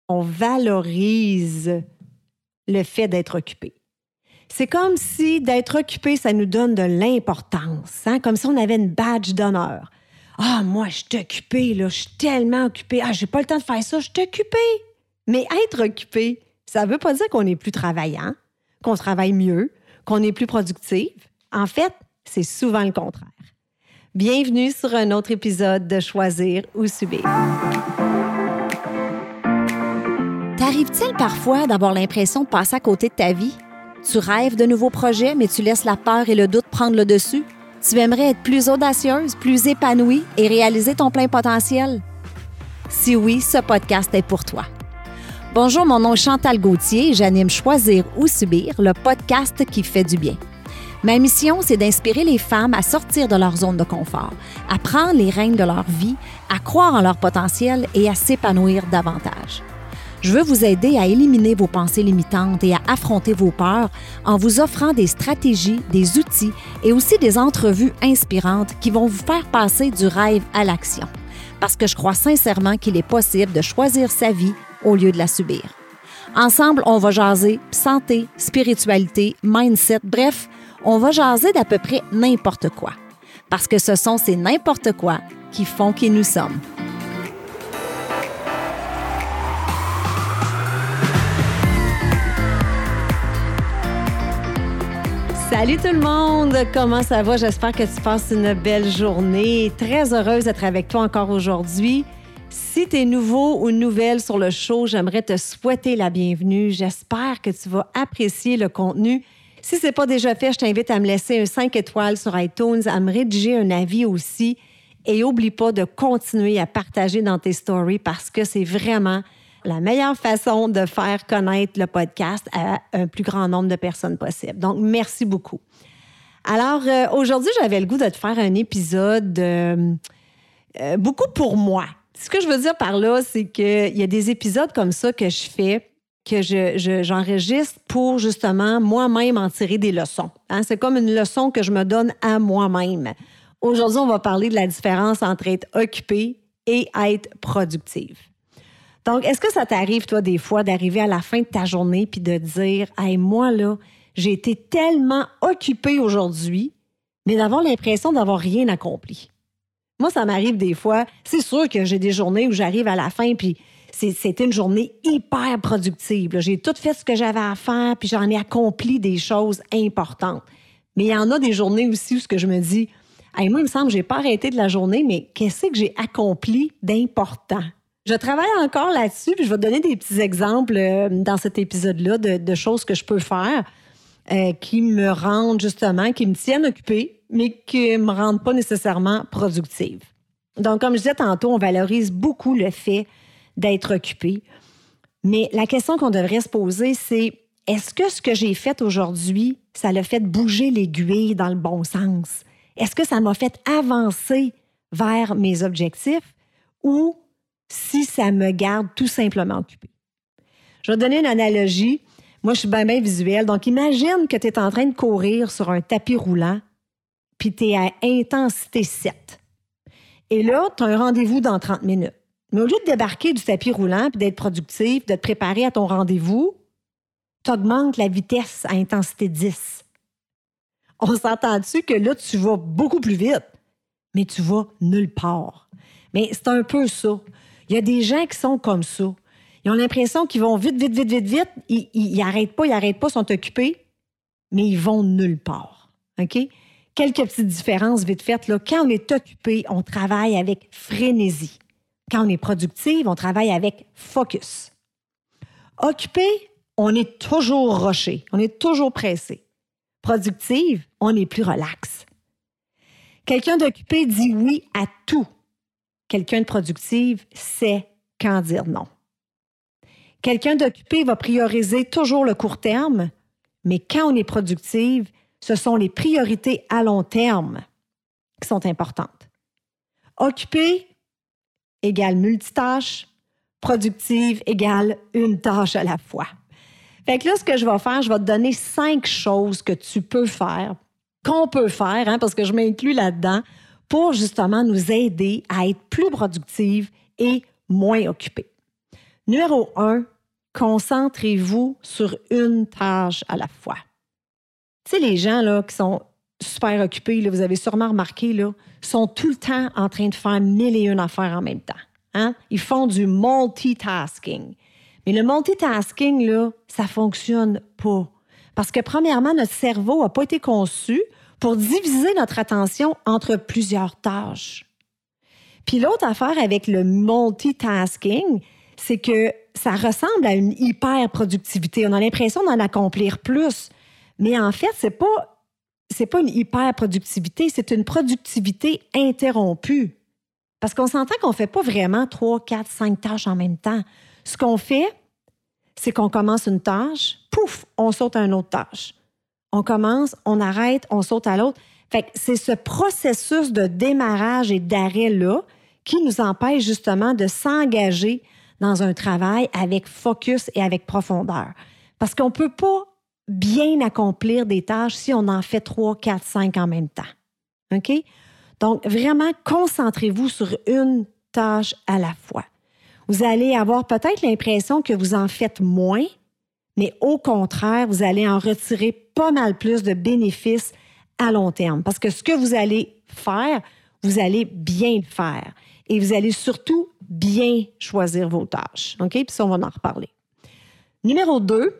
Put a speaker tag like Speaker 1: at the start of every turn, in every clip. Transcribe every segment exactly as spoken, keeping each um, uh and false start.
Speaker 1: on valorise le fait d'être occupé. C'est comme si d'être occupé, ça nous donne de l'importance, hein? Comme si on avait une badge d'honneur. « Ah, moi, je suis occupée, là, je suis tellement occupée. Ah, j'ai pas le temps de faire ça, je suis occupée. » Mais être occupé, ça veut pas dire qu'on est plus travaillant, qu'on travaille mieux, qu'on est plus productive. En fait, c'est souvent le contraire. Bienvenue sur un autre épisode de Choisir ou subir.
Speaker 2: T'arrive-t-il parfois d'avoir l'impression de passer à côté de ta vie? Tu rêves de nouveaux projets, mais tu laisses la peur et le doute prendre le dessus? Tu aimerais être plus audacieuse, plus épanouie et réaliser ton plein potentiel? Si oui, ce podcast est pour toi. Bonjour, mon nom est Chantal Gauthier et j'anime Choisir ou subir, le podcast qui fait du bien. Ma mission, c'est d'inspirer les femmes à sortir de leur zone de confort, à prendre les rênes de leur vie, à croire en leur potentiel et à s'épanouir davantage. Je veux vous aider à éliminer vos pensées limitantes et à affronter vos peurs en vous offrant des stratégies, des outils et aussi des entrevues inspirantes qui vont vous faire passer du rêve à l'action. Parce que je crois sincèrement qu'il est possible de choisir sa vie au lieu de la subir. Ensemble, on va jaser santé, spiritualité, mindset, bref, on va jaser d'à peu près n'importe quoi. Parce que ce sont ces n'importe quoi qui font qui nous sommes.
Speaker 1: Salut tout le monde! Comment ça va? J'espère que tu passes une belle journée. Très heureuse d'être avec toi encore aujourd'hui. Si tu es nouveau ou nouvelle sur le show, j'aimerais te souhaiter la bienvenue. J'espère que tu vas apprécier le contenu. Si ce n'est pas déjà fait, je t'invite à me laisser un cinq étoiles sur iTunes, à me rédiger un avis aussi. Et n'oublie pas de continuer à partager dans tes stories parce que c'est vraiment la meilleure façon de faire connaître le podcast à un plus grand nombre de personnes possible. Donc, merci beaucoup. Alors, euh, aujourd'hui, j'avais le goût de te faire un épisode euh, euh, beaucoup pour moi. Ce que je veux dire par là, c'est qu'il y a des épisodes comme ça que je fais, que je, je, j'enregistre pour justement moi-même en tirer des leçons. Hein? C'est comme une leçon que je me donne à moi-même. Aujourd'hui, on va parler de la différence entre être occupée et être productive. Donc, est-ce que ça t'arrive, toi, des fois, d'arriver à la fin de ta journée puis de dire « Hey, moi, là, j'ai été tellement occupée aujourd'hui, mais d'avoir l'impression d'avoir rien accompli. » Moi, ça m'arrive des fois. C'est sûr que j'ai des journées où j'arrive à la fin puis c'est, c'était une journée hyper productive. Là. J'ai tout fait ce que j'avais à faire puis j'en ai accompli des choses importantes. Mais il y en a des journées aussi où ce que je me dis « Hey, moi, il me semble que j'ai pas arrêté de la journée, mais qu'est-ce que j'ai accompli d'important? » Je travaille encore là-dessus, puis je vais te donner des petits exemples euh, dans cet épisode-là de, de choses que je peux faire euh, qui me rendent justement, qui me tiennent occupée, mais qui ne me rendent pas nécessairement productive. Donc, comme je disais tantôt, on valorise beaucoup le fait d'être occupé. Mais la question qu'on devrait se poser, c'est est-ce que ce que j'ai fait aujourd'hui, ça l'a fait bouger l'aiguille dans le bon sens? Est-ce que ça m'a fait avancer vers mes objectifs ou si ça me garde tout simplement occupée? Je vais te donner une analogie. Moi, je suis bien, bien visuelle. Donc, imagine que tu es en train de courir sur un tapis roulant puis tu es à intensité sept. Et là, tu as un rendez-vous dans trente minutes. Mais au lieu de débarquer du tapis roulant puis d'être productif, de te préparer à ton rendez-vous, tu augmentes la vitesse à intensité dix. On s'entend-tu que là, tu vas beaucoup plus vite, mais tu vas nulle part. Mais c'est un peu ça. Il y a des gens qui sont comme ça. Ils ont l'impression qu'ils vont vite, vite, vite, vite, vite. Ils n'arrêtent pas, ils n'arrêtent pas, ils sont occupés, mais ils vont nulle part. OK? Quelques petites différences vite faites. Là. Quand on est occupé, on travaille avec frénésie. Quand on est productive, on travaille avec focus. Occupé, on est toujours rushé, on est toujours pressé. Productive, on est plus relax. Quelqu'un d'occupé dit oui à tout. Quelqu'un de productive sait quand dire non. Quelqu'un d'occupé va prioriser toujours le court terme, mais quand on est productive, ce sont les priorités à long terme qui sont importantes. Occupé égale multitâche, productive égale une tâche à la fois. Fait que là, ce que je vais faire, je vais te donner cinq choses que tu peux faire, qu'on peut faire, hein, parce que je m'inclus là-dedans, pour justement nous aider à être plus productive et moins occupée. Numéro un, concentrez-vous sur une tâche à la fois. Tu sais, les gens là, qui sont super occupés, là, vous avez sûrement remarqué, là, sont tout le temps en train de faire mille et une affaires en même temps. Hein? Ils font du multitasking. Mais le multitasking, là, ça ne fonctionne pas. Parce que, premièrement, notre cerveau n'a pas été conçu pour diviser notre attention entre plusieurs tâches. Puis l'autre affaire avec le multitasking, c'est que ça ressemble à une hyper-productivité. On a l'impression d'en accomplir plus. Mais en fait, c'est pas, c'est pas une hyper-productivité, c'est une productivité interrompue. Parce qu'on s'entend qu'on ne fait pas vraiment trois, quatre, cinq tâches en même temps. Ce qu'on fait, c'est qu'on commence une tâche, pouf, on saute à une autre tâche. On commence, on arrête, on saute à l'autre. Fait que c'est ce processus de démarrage et d'arrêt-là qui nous empêche justement de s'engager dans un travail avec focus et avec profondeur. Parce qu'on ne peut pas bien accomplir des tâches si on en fait trois, quatre, cinq en même temps. OK? Donc, vraiment, concentrez-vous sur une tâche à la fois. Vous allez avoir peut-être l'impression que vous en faites moins, mais au contraire, vous allez en retirer pas mal plus de bénéfices à long terme. Parce que ce que vous allez faire, vous allez bien le faire. Et vous allez surtout bien choisir vos tâches. OK? Puis ça, on va en reparler. Numéro deux,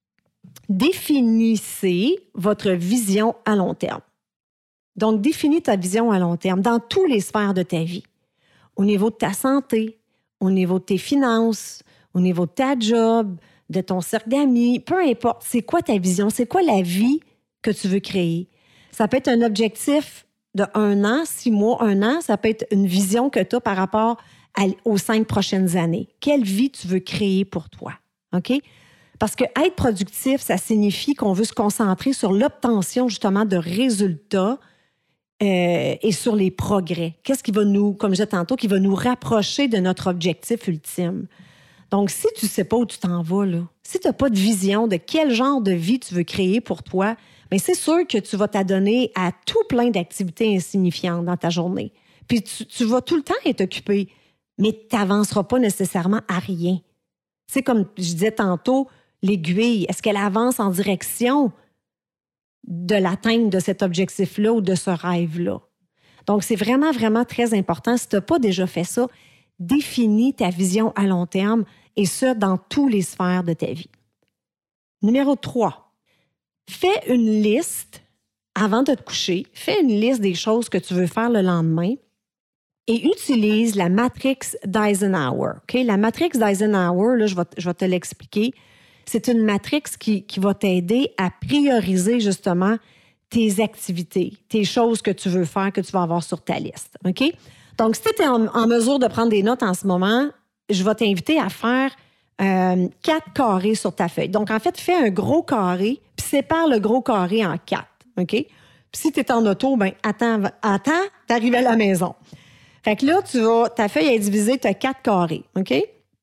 Speaker 1: définissez votre vision à long terme. Donc, définis ta vision à long terme dans tous les sphères de ta vie. Au niveau de ta santé, au niveau de tes finances, au niveau de ta job, de ton cercle d'amis, peu importe, c'est quoi ta vision, c'est quoi la vie que tu veux créer. Ça peut être un objectif de un an, six mois, un an, ça peut être une vision que tu as par rapport à, aux cinq prochaines années. Quelle vie tu veux créer pour toi, OK? Parce que être productif, ça signifie qu'on veut se concentrer sur l'obtention justement de résultats euh, et sur les progrès. Qu'est-ce qui va nous, comme je disais tantôt, qui va nous rapprocher de notre objectif ultime? Donc, si tu ne sais pas où tu t'en vas, là, si tu n'as pas de vision de quel genre de vie tu veux créer pour toi, bien, c'est sûr que tu vas t'adonner à tout plein d'activités insignifiantes dans ta journée. Puis tu, tu vas tout le temps être occupé, mais tu n'avanceras pas nécessairement à rien. C'est comme je disais tantôt, l'aiguille, est-ce qu'elle avance en direction de l'atteinte de cet objectif-là ou de ce rêve-là? Donc, c'est vraiment, vraiment très important. Si tu n'as pas déjà fait ça, définis ta vision à long terme et ça dans tous les sphères de ta vie. Numéro trois, fais une liste avant de te coucher. Fais une liste des choses que tu veux faire le lendemain et utilise la matrix d'Eisenhower. Okay? La matrix d'Eisenhower, là, je vais, je vais te l'expliquer. C'est une matrix qui, qui va t'aider à prioriser justement tes activités, tes choses que tu veux faire, que tu vas avoir sur ta liste. OK? Donc, si tu es en, en mesure de prendre des notes en ce moment, je vais t'inviter à faire euh, quatre carrés sur ta feuille. Donc, en fait, fais un gros carré, puis sépare le gros carré en quatre. OK? Puis si tu es en auto, bien, attends, attends d'arriver à la maison. Fait que là, tu vas, ta feuille est divisée, tu as quatre carrés. OK?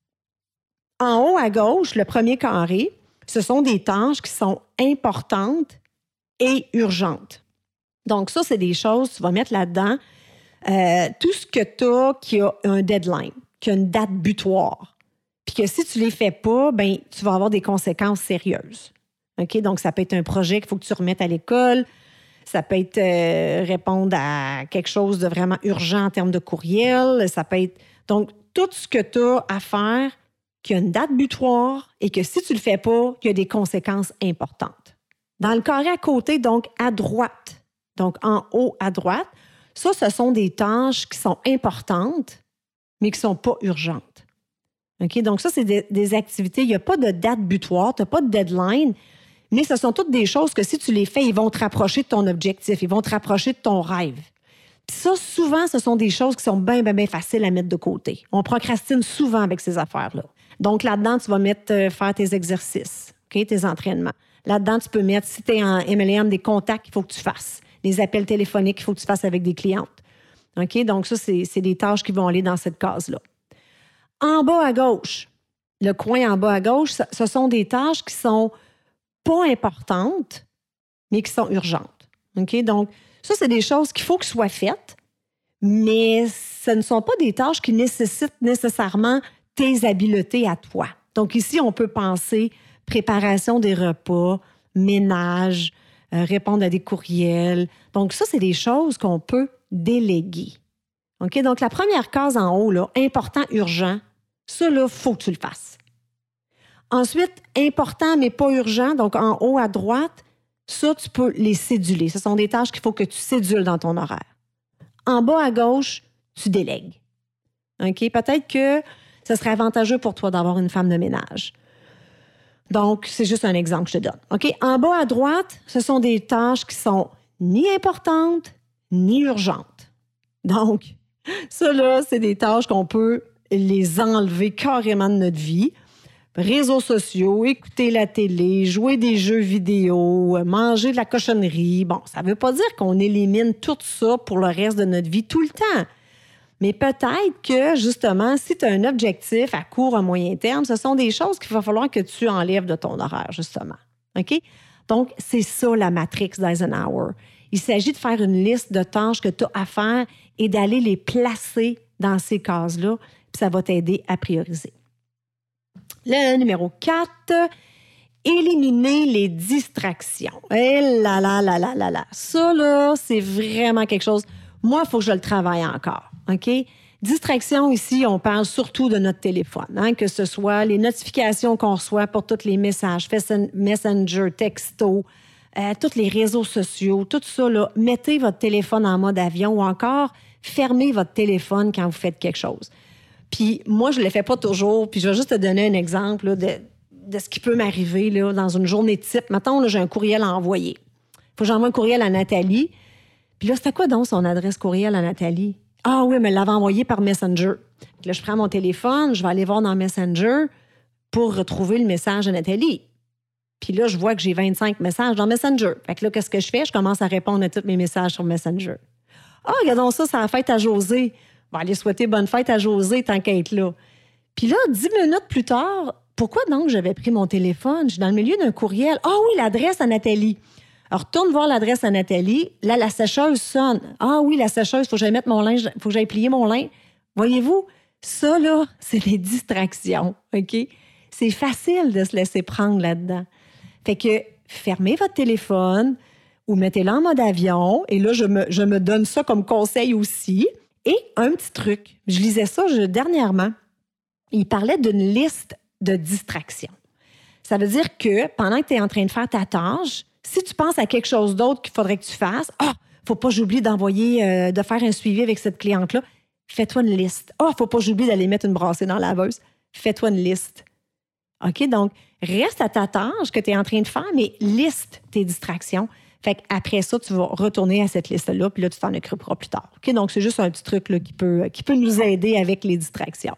Speaker 1: En haut à gauche, le premier carré, ce sont des tâches qui sont importantes et urgentes. Donc, ça, c'est des choses, tu vas mettre là-dedans euh, tout ce que tu as qui a un deadline, qui a une date butoir. Puis que si tu ne les fais pas, ben tu vas avoir des conséquences sérieuses. OK? Donc, ça peut être un projet qu'il faut que tu remettes à l'école. Ça peut être euh, répondre à quelque chose de vraiment urgent en termes de courriel. Ça peut être... Donc, tout ce que tu as à faire qui a une date butoir et que si tu ne le fais pas, il y a des conséquences importantes. Dans le carré à côté, donc à droite, donc en haut à droite, ça, ce sont des tâches qui sont importantes, mais qui ne sont pas urgentes. OK? Donc ça, c'est des, des activités, il n'y a pas de date butoir, tu n'as pas de deadline, mais ce sont toutes des choses que si tu les fais, ils vont te rapprocher de ton objectif, ils vont te rapprocher de ton rêve. Puis ça, souvent, ce sont des choses qui sont bien, bien, bien faciles à mettre de côté. On procrastine souvent avec ces affaires-là. Donc, là-dedans, tu vas mettre euh, faire tes exercices, okay, tes entraînements. Là-dedans, tu peux mettre, si tu es en M L M, des contacts qu'il faut que tu fasses, des appels téléphoniques qu'il faut que tu fasses avec des clientes. OK? Donc, ça, c'est, c'est des tâches qui vont aller dans cette case-là. En bas à gauche, le coin en bas à gauche, ce, ce sont des tâches qui sont pas importantes, mais qui sont urgentes. OK? Donc, ça, c'est des choses qu'il faut que soient faites, mais ce ne sont pas des tâches qui nécessitent nécessairement tes habiletés à toi. Donc ici, on peut penser préparation des repas, ménage, euh, répondre à des courriels. Donc ça, c'est des choses qu'on peut déléguer. OK? Donc la première case en haut, là, important, urgent, ça, là, il faut que tu le fasses. Ensuite, important mais pas urgent, donc en haut à droite, ça, tu peux les céduler. Ce sont des tâches qu'il faut que tu cédules dans ton horaire. En bas à gauche, tu délègues. OK? Peut-être que ce serait avantageux pour toi d'avoir une femme de ménage. Donc, c'est juste un exemple que je te donne. OK? En bas à droite, ce sont des tâches qui sont ni importantes, ni urgentes. Donc, ça, là, c'est des tâches qu'on peut les enlever carrément de notre vie. Réseaux sociaux, écouter la télé, jouer des jeux vidéo, manger de la cochonnerie. Bon, ça ne veut pas dire qu'on élimine tout ça pour le reste de notre vie tout le temps. Mais peut-être que, justement, si tu as un objectif à court, à moyen terme, ce sont des choses qu'il va falloir que tu enlèves de ton horaire, justement. OK? Donc, c'est ça la matrix d'Eisenhower. Il s'agit de faire une liste de tâches que tu as à faire et d'aller les placer dans ces cases-là, puis ça va t'aider à prioriser. Le numéro quatre, éliminer les distractions. Eh là là là là là là. Ça, là, c'est vraiment quelque chose. Moi, il faut que je le travaille encore. OK? Distraction, ici, on parle surtout de notre téléphone, hein, que ce soit les notifications qu'on reçoit pour tous les messages, Messenger, texto, euh, tous les réseaux sociaux, tout ça, là, mettez votre téléphone en mode avion ou encore fermez votre téléphone quand vous faites quelque chose. Puis moi, je ne le fais pas toujours. Puis je vais juste te donner un exemple là, de, de ce qui peut m'arriver là, dans une journée type. Mettons, là, j'ai un courriel à envoyer. Il faut que j'envoie un courriel à Nathalie. Puis là, c'était quoi donc son adresse courriel à Nathalie? Ah oui, mais elle l'avait envoyé par Messenger. Puis là, je prends mon téléphone, je vais aller voir dans Messenger pour retrouver le message de Nathalie. Puis là, je vois que j'ai vingt-cinq messages dans Messenger. Fait que là, qu'est-ce que je fais? Je commence à répondre à tous mes messages sur Messenger. Ah, regardons ça, c'est la fête à José. On va aller souhaiter bonne fête à José tant qu'elle est là. Puis là, dix minutes plus tard, pourquoi donc j'avais pris mon téléphone? Je suis dans le milieu d'un courriel. Ah oui, l'adresse à Nathalie. Alors, retourne voir l'adresse à Nathalie. Là, la sécheuse sonne. Ah oui, la sécheuse, il faut que j'aille mettre mon linge, il faut que j'aille plier mon linge. Voyez-vous, ça, là, c'est des distractions, OK? C'est facile de se laisser prendre là-dedans. Fait que fermez votre téléphone ou mettez-le en mode avion. Et là, je me, je me donne ça comme conseil aussi. Et un petit truc, je lisais ça je, dernièrement, il parlait d'une liste de distractions. Ça veut dire que pendant que tu es en train de faire ta tâche, si tu penses à quelque chose d'autre qu'il faudrait que tu fasses, « Ah, faut pas que j'oublie d'envoyer, euh, de faire un suivi avec cette cliente-là. » Fais-toi une liste. « Ah, faut pas que j'oublie d'aller mettre une brassée dans la laveuse. » Fais-toi une liste. OK? Donc, reste à ta tâche que tu es en train de faire, mais liste tes distractions. Fait qu'après ça, tu vas retourner à cette liste-là, puis là, tu t'en occuperas plus tard. OK? Donc, c'est juste un petit truc là, qui, peut, qui peut nous aider avec les distractions.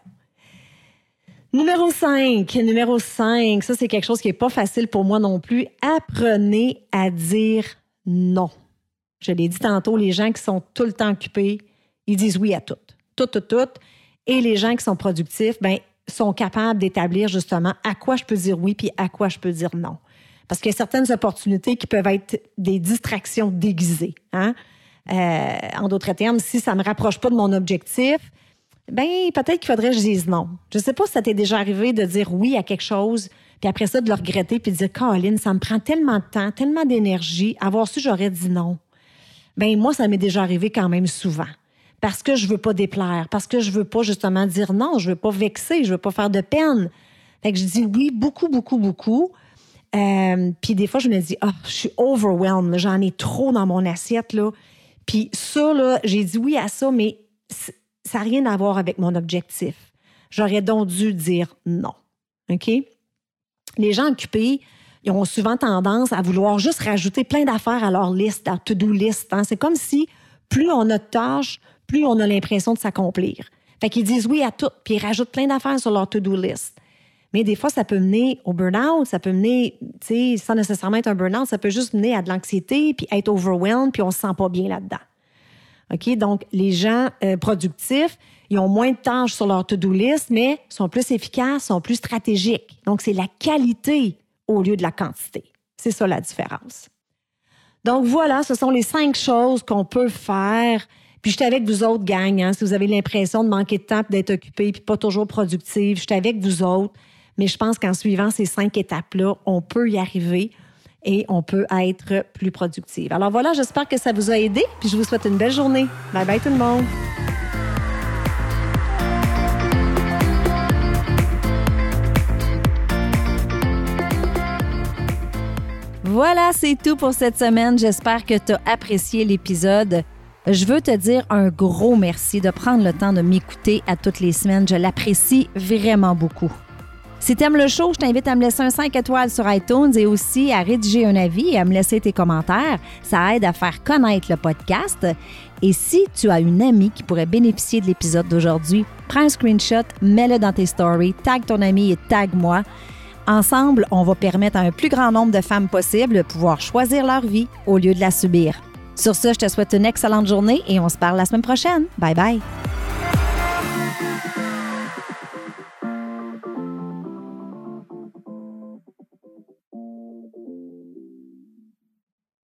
Speaker 1: Numéro cinq. Numéro cinq, ça, c'est quelque chose qui n'est pas facile pour moi non plus. Apprenez à dire non. Je l'ai dit tantôt, les gens qui sont tout le temps occupés, ils disent oui à tout. Tout, tout, tout. Et les gens qui sont productifs, bien, sont capables d'établir justement à quoi je peux dire oui puis à quoi je peux dire non. Parce qu'il y a certaines opportunités qui peuvent être des distractions déguisées. Hein? Euh, en d'autres termes, si ça ne me rapproche pas de mon objectif, bien, peut-être qu'il faudrait que je dise non. Je ne sais pas si ça t'est déjà arrivé de dire oui à quelque chose, puis après ça, de le regretter, puis de dire « Caroline, ça me prend tellement de temps, tellement d'énergie. Avoir su, j'aurais dit non. » Bien, moi, ça m'est déjà arrivé quand même souvent. Parce que je ne veux pas déplaire, parce que je ne veux pas justement dire non, je ne veux pas vexer, je ne veux pas faire de peine. Fait que je dis oui beaucoup, beaucoup, beaucoup. Euh, puis des fois, je me dis, ah, oh, je suis overwhelmed, j'en ai trop dans mon assiette, là. Puis ça, là, j'ai dit oui à ça, mais ça n'a rien à voir avec mon objectif. J'aurais donc dû dire non. OK? Les gens occupés, ils ont souvent tendance à vouloir juste rajouter plein d'affaires à leur liste, à to-do list. Hein? C'est comme si plus on a de tâches, plus on a l'impression de s'accomplir. Fait qu'ils disent oui à tout, puis ils rajoutent plein d'affaires sur leur to-do list. Mais des fois, ça peut mener au burn-out, ça peut mener, tu sais, sans nécessairement être un burn-out, ça peut juste mener à de l'anxiété, puis être overwhelmed, puis on se sent pas bien là-dedans. OK? Donc, les gens euh, productifs, ils ont moins de tâches sur leur to-do list, mais sont plus efficaces, sont plus stratégiques. Donc, c'est la qualité au lieu de la quantité. C'est ça la différence. Donc, voilà, ce sont les cinq choses qu'on peut faire. Puis je suis avec vous autres, gang, hein, si vous avez l'impression de manquer de temps, puis d'être occupé, puis pas toujours productive, je suis avec vous autres. Mais je pense qu'en suivant ces cinq étapes-là, on peut y arriver et on peut être plus productive. Alors voilà, j'espère que ça vous a aidé, puis je vous souhaite une belle journée. Bye bye tout le monde!
Speaker 2: Voilà, c'est tout pour cette semaine. J'espère que tu as apprécié l'épisode. Je veux te dire un gros merci de prendre le temps de m'écouter à toutes les semaines. Je l'apprécie vraiment beaucoup. Si tu aimes le show, je t'invite à me laisser un cinq étoiles sur iTunes et aussi à rédiger un avis et à me laisser tes commentaires. Ça aide à faire connaître le podcast. Et si tu as une amie qui pourrait bénéficier de l'épisode d'aujourd'hui, prends un screenshot, mets-le dans tes stories, tag ton amie et tag moi. Ensemble, on va permettre à un plus grand nombre de femmes possible de pouvoir choisir leur vie au lieu de la subir. Sur ce, je te souhaite une excellente journée et on se parle la semaine prochaine. Bye bye!